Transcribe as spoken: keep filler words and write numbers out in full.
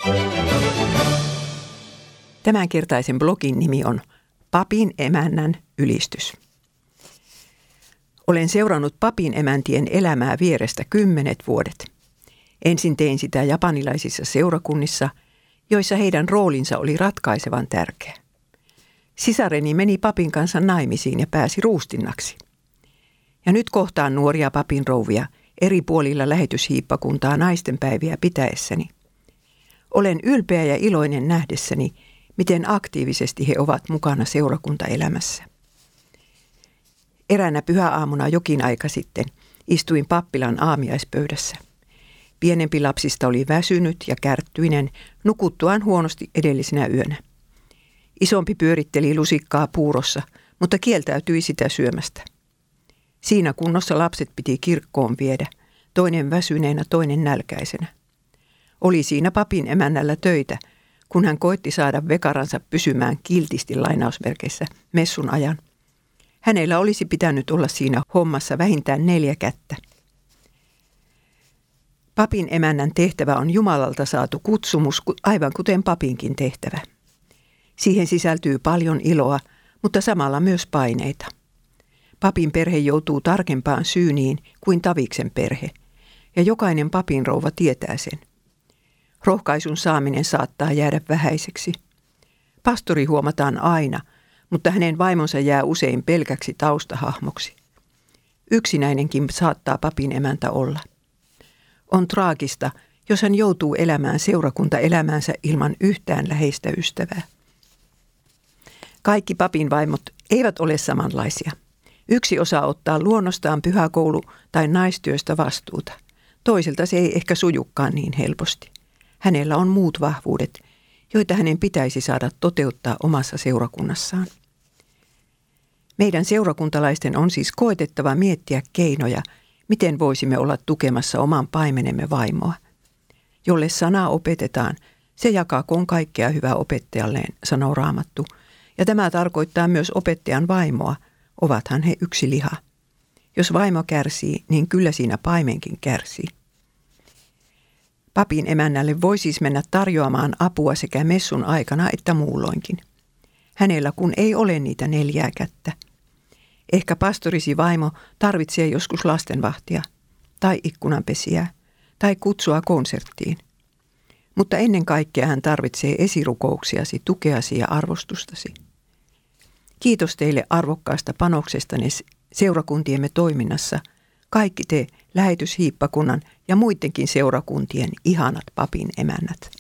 Tämänkertaisen blogin nimi on Papin emännän ylistys. Olen seurannut papin emäntien elämää vierestä kymmenet vuodet. Ensin tein sitä japanilaisissa seurakunnissa, joissa heidän roolinsa oli ratkaisevan tärkeä. Sisareni meni papin kanssa naimisiin ja pääsi ruustinnaksi. Ja nyt kohtaan nuoria papin rouvia eri puolilla lähetyshiippakuntaa naistenpäiviä pitäessäni. Olen ylpeä ja iloinen nähdessäni, miten aktiivisesti he ovat mukana seurakuntaelämässä. Eräänä pyhäaamuna jokin aika sitten istuin pappilan aamiaispöydässä. Pienempi lapsista oli väsynyt ja kärttyinen nukuttuaan huonosti edellisenä yönä. Isompi pyöritteli lusikkaa puurossa, mutta kieltäytyi sitä syömästä. Siinä kunnossa lapset piti kirkkoon viedä, toinen väsyneenä, toinen nälkäisenä. Oli siinä papin emännällä töitä, kun hän koitti saada vekaransa pysymään kiltisti lainausmerkeissä messun ajan. Hänellä olisi pitänyt olla siinä hommassa vähintään neljä kättä. Papin emännän tehtävä on Jumalalta saatu kutsumus, aivan kuten papinkin tehtävä. Siihen sisältyy paljon iloa, mutta samalla myös paineita. Papin perhe joutuu tarkempaan syyniin kuin Taviksen perhe, ja jokainen papin rouva tietää sen. Rohkaisun saaminen saattaa jäädä vähäiseksi. Pastori huomataan aina, mutta hänen vaimonsa jää usein pelkäksi taustahahmoksi. Yksinäinenkin saattaa papin emäntä olla. On traagista, jos hän joutuu elämään seurakuntaelämäänsä ilman yhtään läheistä ystävää. Kaikki papin vaimot eivät ole samanlaisia. Yksi osaa ottaa luonnostaan pyhäkoulu- tai naistyöstä vastuuta. Toiselta se ei ehkä sujukkaan niin helposti. Hänellä on muut vahvuudet, joita hänen pitäisi saada toteuttaa omassa seurakunnassaan. Meidän seurakuntalaisten on siis koetettava miettiä keinoja, miten voisimme olla tukemassa oman paimenemme vaimoa. Jolle sanaa opetetaan, se jakakoon kaikkea hyvää opettajalleen, sanoo Raamattu. Ja tämä tarkoittaa myös opettajan vaimoa, ovathan he yksi liha. Jos vaimo kärsii, niin kyllä siinä paimenkin kärsii. Papin emännälle voi siis mennä tarjoamaan apua sekä messun aikana että muulloinkin. Hänellä kun ei ole niitä neljää kättä. Ehkä pastorisi vaimo tarvitsee joskus lastenvahtia, tai ikkunanpesijää, tai kutsua konserttiin. Mutta ennen kaikkea hän tarvitsee esirukouksiasi, tukeasi ja arvostustasi. Kiitos teille arvokkaasta panoksestanne seurakuntiemme toiminnassa. Kaikki te lähetyshiippakunnan ja muidenkin seurakuntien ihanat papin emännät.